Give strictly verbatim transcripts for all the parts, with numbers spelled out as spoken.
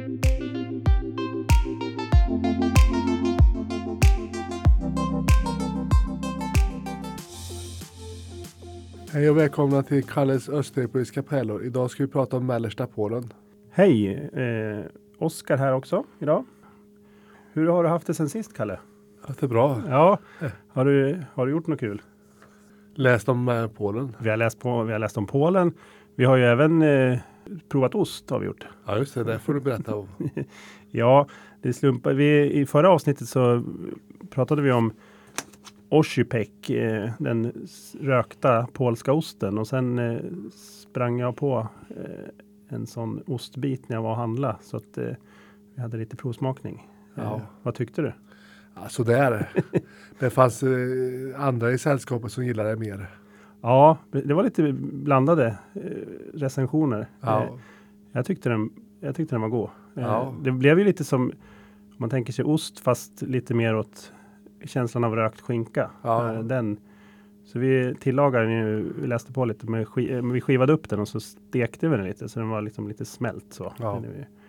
Hej och välkomna till Kalles östeuropeiska pärlor. Idag ska vi prata om mellersta Polen. Hej, eh, Oskar här också idag. Hur har du haft det sen sist, Kalle? Haft det bra. Ja, har du, har du gjort något kul? Läst om eh, Polen. Vi har läst, på, vi har läst om Polen. Vi har ju även eh, provat ost har vi gjort. Ja just det, det får du berätta om. Ja, det slumpar. Vi, i förra avsnittet så pratade vi om Oscypek, eh, den rökta polska osten. Och sen eh, sprang jag på eh, en sån ostbit när jag var och handla. Så att eh, vi hade lite provsmakning. Ja. Eh, vad tyckte du? Ja, så där. Det fanns eh, andra i sällskapet som gillade det mer. Ja, det var lite blandade eh, recensioner. Ja. Eh, jag, tyckte den, jag tyckte den var god. Eh, Ja. Det blev ju lite som, om man tänker sig ost fast lite mer åt känslan av rökt skinka. Ja. Eh, den. Så vi tillagade den ju, vi läste på lite, med sk- eh, vi skivade upp den och så stekte vi den lite så den var liksom lite smält så. Ja.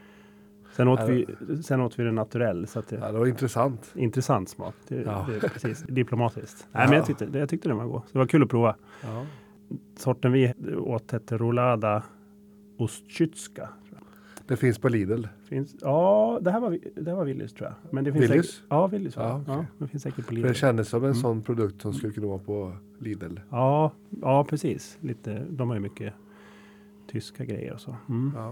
Sen åt, Ja. vi, sen åt vi den naturell. Så att det, Ja, det var intressant. intressant smak. Det, Ja. det är precis diplomatiskt. Nej, Ja. men jag tyckte, det, jag tyckte den var god. Så det var kul att prova. Ja. Sorten vi åt hette Rolada Ostczycka. Det finns på Lidl. Finns, ja, det här var, det här var Willys tror jag. Men det finns Willys? säkert, ja, Willys. Ja, Ja, okej. ja, det finns säkert på För Lidl. det kändes som en Mm. sån produkt som skulle kunna vara på Lidl. Ja, ja, precis. Lite, de har ju mycket tyska grejer och så. Mm. Ja.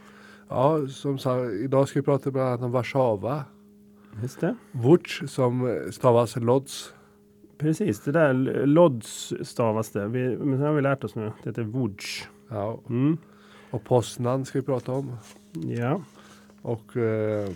Ja, som sagt, idag ska vi prata bland annat om Warszawa. Just det. Łódź som stavas Lodz. Precis, det där Lodz stavas det. Vi, men sen har vi lärt oss nu. Det heter Łódź. Ja. Mm. Och Poznan ska vi prata om. Ja. Och eh,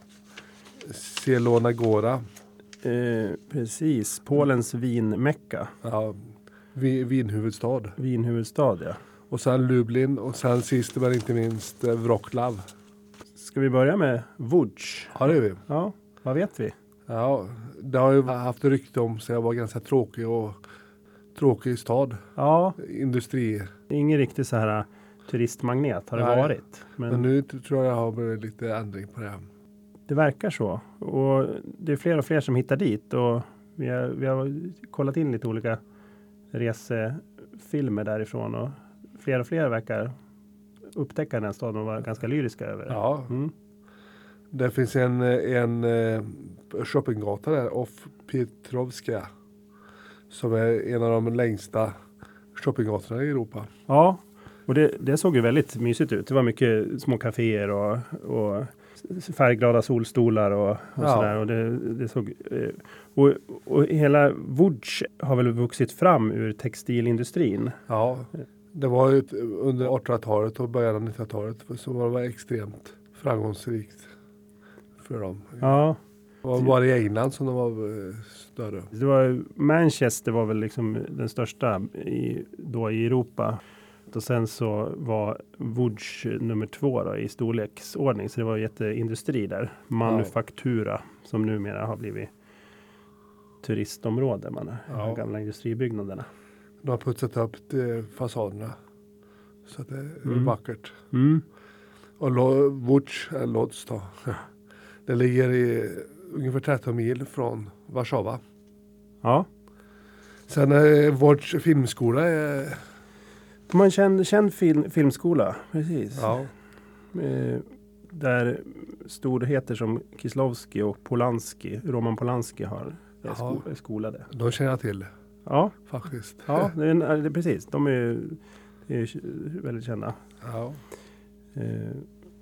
Zielona Góra. Eh, precis, Polens vinmecka. Ja, vi, vinhuvudstad. Vinhuvudstad, ja. Och sen Lublin och sen sist men inte minst eh, Wroclaw. Ska vi börja med Łódź? Ja, det är vi. Ja, vad vet vi? Ja, det har ju haft rykte om sig att vara ganska tråkig och tråkig stad. Ja, Industri. ingen riktigt så här turistmagnet har det Nej. varit. Men, Men nu t- tror jag det har blivit lite ändring på det. det verkar så. Och det är fler och fler som hittar dit. Och vi har, vi har kollat in lite olika resefilmer därifrån. Och fler och fler verkar upptäcka den staden och vara ganska lyriska över det. Ja, Mm. det finns en, en eh, shoppinggata där, Off Petrovska. Som är en av de längsta shoppinggatorna i Europa. Ja, och det, det såg ju väldigt mysigt ut. Det var mycket små kaféer och, och färgglada solstolar och, och Ja. sådär. Och det, det såg, eh, och, och hela Łódź har väl vuxit fram ur textilindustrin. Ja, det var ju ett- under artonhundratalet och början av nittonhundratalet så var det var extremt framgångsrikt för dem. Ja, Det var bara i England som de var eh, större. det var, Manchester var väl liksom den största i, då i Europa. Och sen så var Łódź nummer två då, i storleksordning. Så det var jätteindustri där. Manufaktura som numera har blivit turistområde. Man har Ja. de gamla industribyggnaderna. De har putsat upp de fasaderna. Så att det är Mm. vackert. Mm. Och Lo- Łódź, eller Lodz då. Det ligger i ungefär tretton mil från Warszawa. Ja. Sen är Łódź filmskola. Är, De har en känd, känd film, filmskola. Precis. ja, Eh, där storheter som Kieslowski och Polanski, Roman Polanski har är, sko, är skolade. de känner jag till Ja, faktiskt. ja det är, en- det är precis. De är, ju- är ju väldigt kända. Ja. Eh,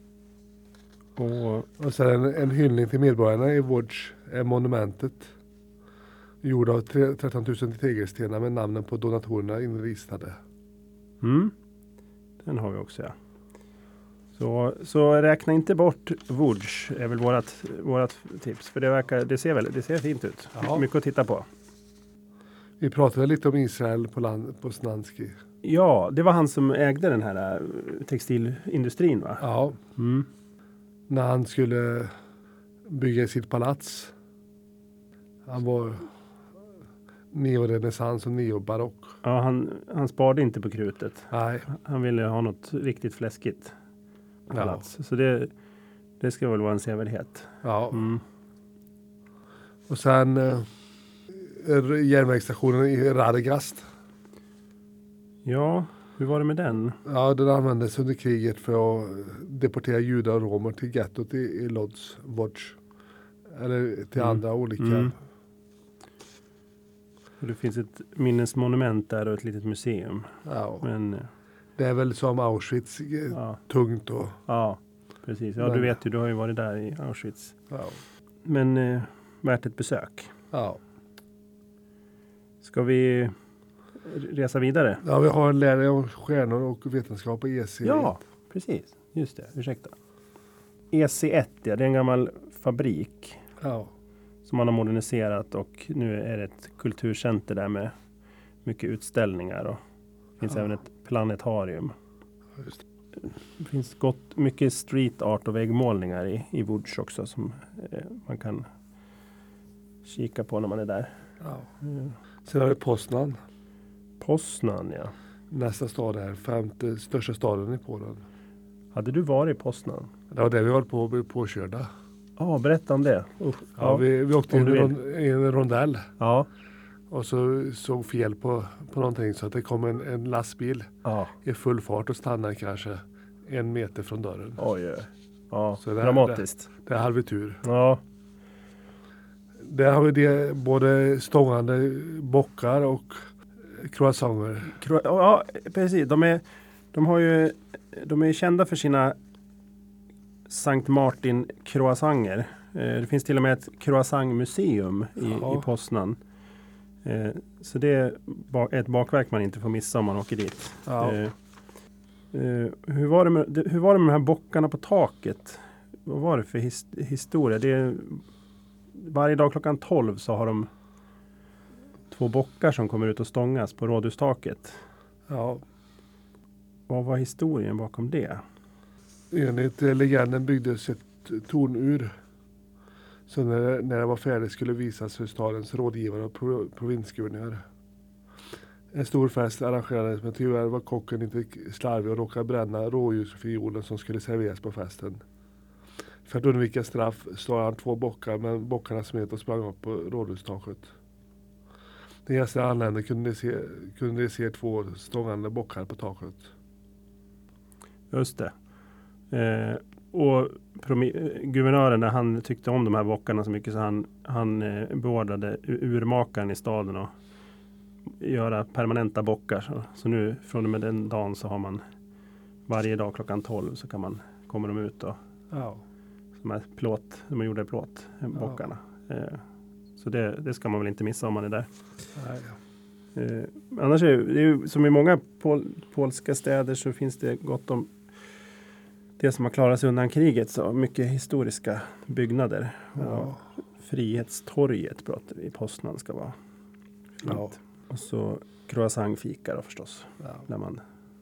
och Och sen en, en hyllning till medborgarna i Łódź är monumentet. Gjord av tre- tretton tusen tegelstenar med namnen på donatorerna inristade. mm, den har vi också, ja. Så, så räkna inte bort Łódź är väl vårat, vårat tips. För det, verkar, det, ser väl, det ser fint ut. Ja. Mycket att titta på. Vi pratade lite om Israel på, land, på Snanski. Ja, det var han som ägde den här eh, textilindustrin, va? Ja, Mm. när han skulle bygga sitt palats. Han var neorenässans och neobarock. Ja, han, han sparade inte på krutet. Nej, Han ville ha något riktigt fläskigt ja. palats. Så det, Det ska väl vara en sevärdhet. Ja. Mm. Och sen eh, järnvägsstationen i Radegast. Ja, hur var det med den? Ja, den användes under kriget för att deportera judar och romer till gettot i, i Lodz, Łódź. Eller till Mm. andra olika. Mm. Och det finns ett minnesmonument där och ett litet museum. Ja. Men, Det är väl som Auschwitz, eh, ja, tungt och... ja precis. Ja, Men- du vet ju, du har ju varit där i Auschwitz. Ja. Men eh, värt ett besök. Ja. Ska vi resa vidare? Ja, vi har en lärare om stjärnor och vetenskap på E C. Ja, precis. Just det. Ursäkta. E C ett, ja, det är en gammal fabrik Ja. som man har moderniserat och nu är det ett kulturcenter där med mycket utställningar och det finns Ja. även ett planetarium. Just. Det finns gott, mycket street art och väggmålningar i, i Łódź också som eh, man kan kika på när man är där. Ja. Mm. Sen har vi Poznan. Poznan, ja. Nästa stad är femte största staden i Polen. Hade du varit i Poznan? Det var det vi höll på att bli påkörda. Ja, berätta om det. Usch. Ja, Ja. vi, vi åkte Om in i du en, rond, i en rondell Ja. och så såg fel på, på någonting så att det kom en, en lastbil Ja. i full fart och stannade kanske en meter från dörren. Oj, oj. Ja, Så det- dramatiskt. Det hade vi tur. Ja. Där har vi det, både stångande bockar och croissanter. Kro- ja, precis. De är, de har ju, de är kända för sina Sankt Martin croissanter. Eh, det finns till och med ett croissantmuseum i, Ja. i Poznan. Eh, så det är ba- ett bakverk man inte får missa om man åker dit. Ja. Eh, eh, hur, var det med, det- hur var det med de här bockarna på taket? Vad var det för his, historia? Det är, varje dag klockan tolv så har de två bockar som kommer ut och stångas på rådhustaket. Ja. Vad var historien bakom det? Enligt eh, legenden byggdes ett tornur som när, när det var färdigt skulle visas för stadens rådgivare och pro, provinsguvernör. En stor fest arrangerades men tyvärr var kocken inte slarvig och råkade bränna rådjursfiolen som skulle serveras på festen. För att undvika straff slog han två bockar men bockarna smet och sprang upp på rådhustaket. När gästerna anlände kunde de se, kunde de se två stångande bockar på taket. Just det. Eh, och promi- eh, guvernören, när han tyckte om de här bockarna så mycket så han, han eh, beordrade u- urmakaren i staden att göra permanenta bockar. Så, så nu från och med den dagen så har man varje dag klockan tolv så kan man, kommer de ut och Ja. de här plåt, de är gjorda i plåt, eh, bockarna. Eh, så det, det ska man väl inte missa om man är där. Nej. Eh, annars är det, det är ju, som i många pol, polska städer så finns det gott om det som har klarat sig undan kriget. Så mycket historiska byggnader. Ja. Och Frihetstorget pratar vi i Poznan ska vara. Fint. Ja. Och så croissantfika då förstås. Ja. Där man...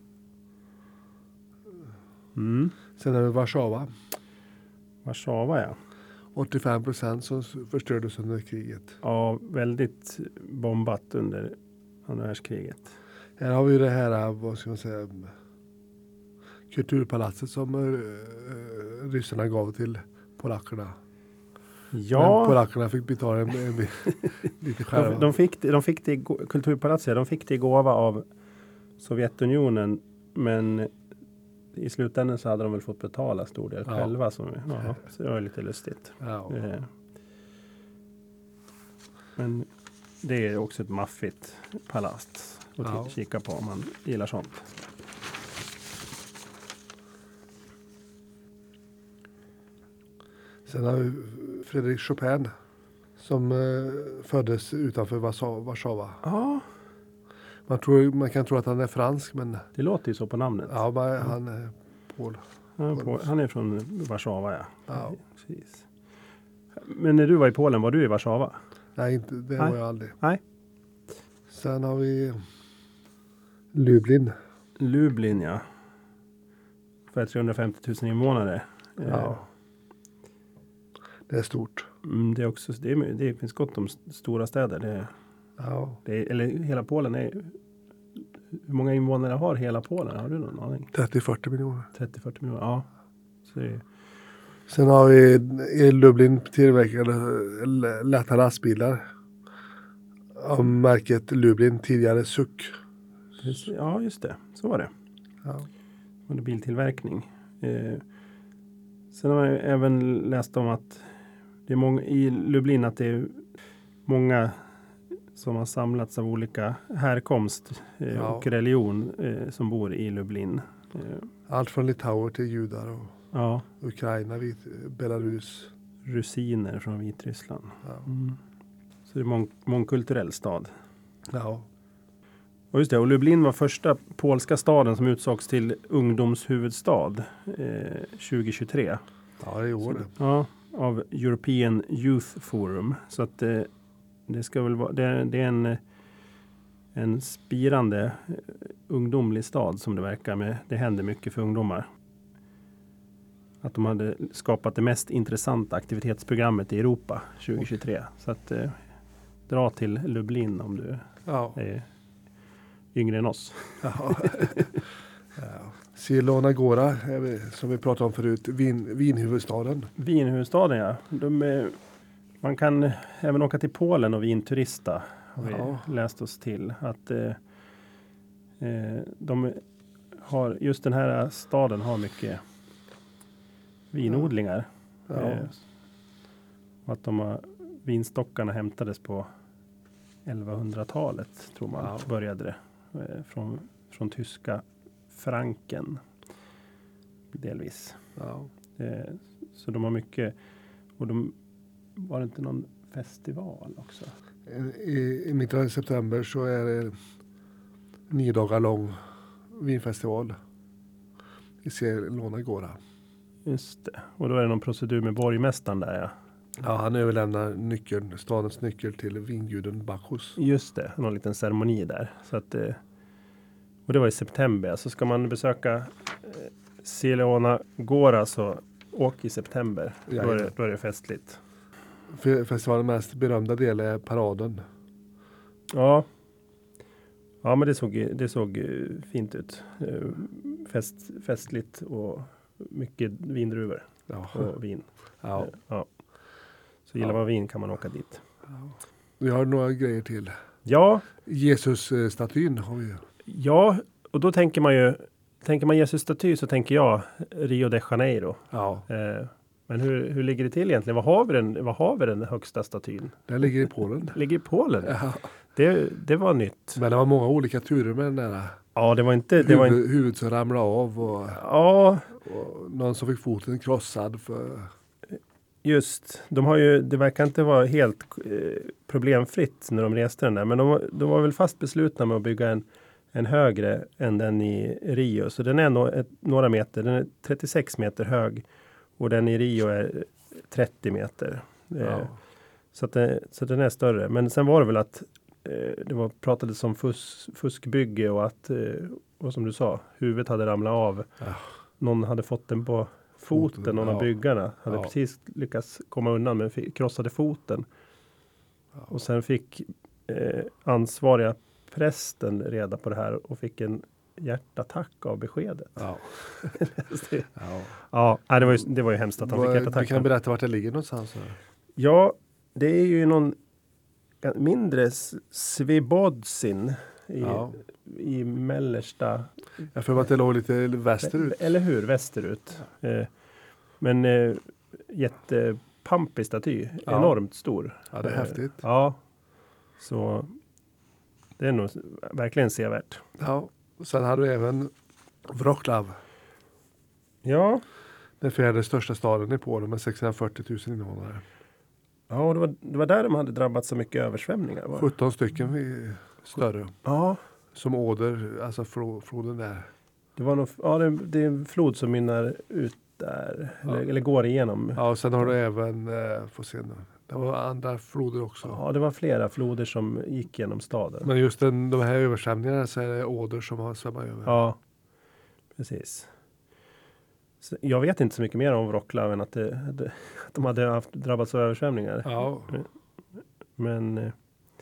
mm. Sen är det Warszawa. Warszawa, ja. åttiofem procent som förstördes under kriget. Ja, väldigt bombat under andra världskriget. Här har vi det här, vad ska man säga, kulturpalatset som uh, ryssarna gav till polackerna. Men Ja, polackerna fick betala en, en, en, lite själva. de, de, fick, det- de fick det i gå- kulturpalatset, de fick det i gåva av Sovjetunionen, men i slutändan så hade de väl fått betala stor del Ja. själva. Som, ja, så det var lite lustigt. Ja. Eh, Men det är också ett maffigt palats att Ja. ti- kika på om man gillar sånt. Sen har vi Fredrik Chopin som uh, föddes utanför Warsa- Warszawa. Ja, Man, tror, man kan tro att han är fransk men det låter ju så på namnet. ja, bara, han är pol. Han är, på, han är från Warszawa, ja. Ja. Precis. Men när du var i Polen, var du i Warszawa? Nej, inte, det Nej. var jag aldrig. Nej. Sen har vi Lublin. Lublin, ja. För trehundrafemtio tusen invånare. Eh, Ja. Det är stort. Mm, det, är också, det, är, det finns gott om st- stora städer. Det, Ja. det är, eller hela Polen är... Hur många invånare har hela Polen? Har du någon aning? trettio till fyrtio miljoner. trettio till fyrtio miljoner? Ja. Så det är, Sen har vi i Lublin tillverkade lätta lastbilar av märket Lublin, tidigare Suck. Ja, just det. Så var det. Ja. Och det biltillverkning. Eh, sen har jag även läst om att det är många i Lublin att det är många som har samlats av olika härkomst eh, Ja. och religion eh, som bor i Lublin. Eh, Allt från litauer till judar och ja, Ukraina, vit, Belarus. rusiner från Vitryssland. Ja. Mm. Så det är mång- mångkulturell stad. Ja. Och just det, och Lublin var första polska staden som utsågs till ungdomshuvudstad eh, tjugohundratjugotre. Ja, det är i år det. Ja, av European Youth Forum. Så att eh, det ska väl vara, det, det är en, eh, en spirande eh, ungdomlig stad som det verkar med. Det händer mycket för ungdomar. Att de hade skapat det mest intressanta aktivitetsprogrammet i Europa tjugohundratjugotre. Så att eh, dra till Lublin om du Ja. är yngre än oss. Ja. Ja. Zielona Góra, är vi- som vi pratade om förut, vin, vinhuvudstaden. Vinhuvudstaden, ja. De är, man kan även åka till Polen och vinturista. Har vi Ja. läst oss till. Att eh, eh, de har, just den här staden har mycket vinodlingar. Ja. Eh, och att de har, vinstockarna hämtades på elvahundratalet tror man Ja. började det. Eh, från, från tyska Franken. Delvis. Ja. Eh, så de har mycket. Och de var det inte någon festival också? I, I mitten av september så är det nio dagar lång vinfestival i Zielona Góra. Just det. Och då är det någon procedur med borgmästaren där, ja. Ja, han överlämnar nyckeln, stadens nyckel till vinguden Bacchus. Just det. Någon liten ceremoni där. Så att, eh, och det var i september. Så ska man besöka eh, Zielona Góra så åk i september. Då är, det, då är det festligt. Fe- Festivalens mest berömda del är paraden. Ja. Ja, men det såg, ju- det såg eh, fint ut. Eh, Fest, festligt och mycket vindruvor Ja. och vin. Ja. Eh, Ja. Så gillar Ja. man vin kan man åka dit. Vi har några grejer till. Ja, Jesus-statyn har vi ju. ja, och då tänker man ju, tänker man Jesus-staty så tänker jag Rio de Janeiro. Ja, Eh, men hur, hur ligger det till egentligen? Vad har vi den, vad har vi den högsta statyn? den ligger i Polen. Ligger i Polen. Ja. Det, det var nytt. Men det var många olika turer med den där. Ja, det var inte... Det var Huvud, inte huvud som ramlade av och, ja, och någon som fick foten krossad. För, just. De har ju, det verkar inte vara helt eh, problemfritt när de reste den där. Men de, var- de var väl fast beslutna med att bygga en, en högre än den i Rio. Så den är no, ett, några meter. Den är trettiosex meter hög. Och den i Rio är trettio meter. Eh, ja. Så, att det, så den är större. Men sen var det väl att eh, det var, pratades om fus, fuskbygge och att, eh, och som du sa, huvudet hade ramlat av. Ja. Någon hade fått den på foten, Foten, någon av ja. byggarna. Hade Ja. precis lyckats komma undan men fick, krossade foten. Ja. Och sen fick eh, ansvariga prästen reda på det här och fick en hjärtattack av beskedet. Ja. det, Ja. ja, nej, det var ju, det var ju hemskt att han fick Vad- Du hjärtattack. kan berätta vart det ligger någonstans. Ja, det är ju någon mindre S- Svibodzin i, Ja. i mellersta, Jag får att det låg lite västerut. eller hur, västerut. Eh, men eh, jättepampig staty, Ja. enormt stor. Ja, det är Eh, häftigt. Ja, så det är nog verkligen sevärt. Ja. Och sen hade du även Wroclaw. Ja, Den fjärde största staden i Polen med sexhundrafyrtio tusen invånare. ja och det, var, det var där de hade drabbats så mycket översvämningar. Var det? sjutton stycken i- större. Ja, Som Oder, alltså flo- floden där. det var nog, ja det, det är en flod som mynnar ut där, eller, Ja. eller går igenom. Ja, och sen har du även, eh, får se nu. Det var andra floder också. Ja, det var flera floder som gick genom staden. Men just den, de här översvämningarna så är det Oder som har svämmat över. Ja, precis. Så jag vet inte så mycket mer om Wroclaw än att, det, det, att de hade haft, drabbats av översvämningar. Ja, Men eh,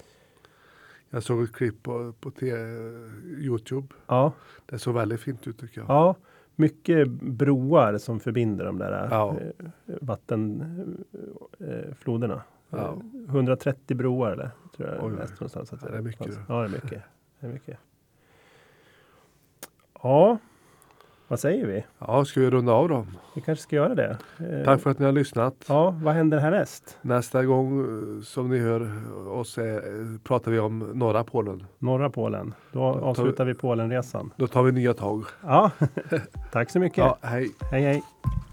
jag såg ett klipp på, på te, Youtube. ja, Det såg väldigt fint ut tycker jag. ja, mycket broar som förbinder de där Ja. eh, vattenfloderna. Ja. hundratrettio broar eller? Tror jag Oj, läste någonstans. Att det är mycket. Ja, det är mycket. Det är mycket. Ja, vad säger vi? Ja, ska vi runda av då? Vi kanske ska göra det. Eh, Tack för att ni har lyssnat. Ja, vad händer härnäst? Nästa gång eh, som ni hör oss eh, pratar vi om norra Polen. Norra Polen. Då avslutar vi Polenresan. Då tar vi nya tag. Ja, tack så mycket. Ja, hej. Hej hej.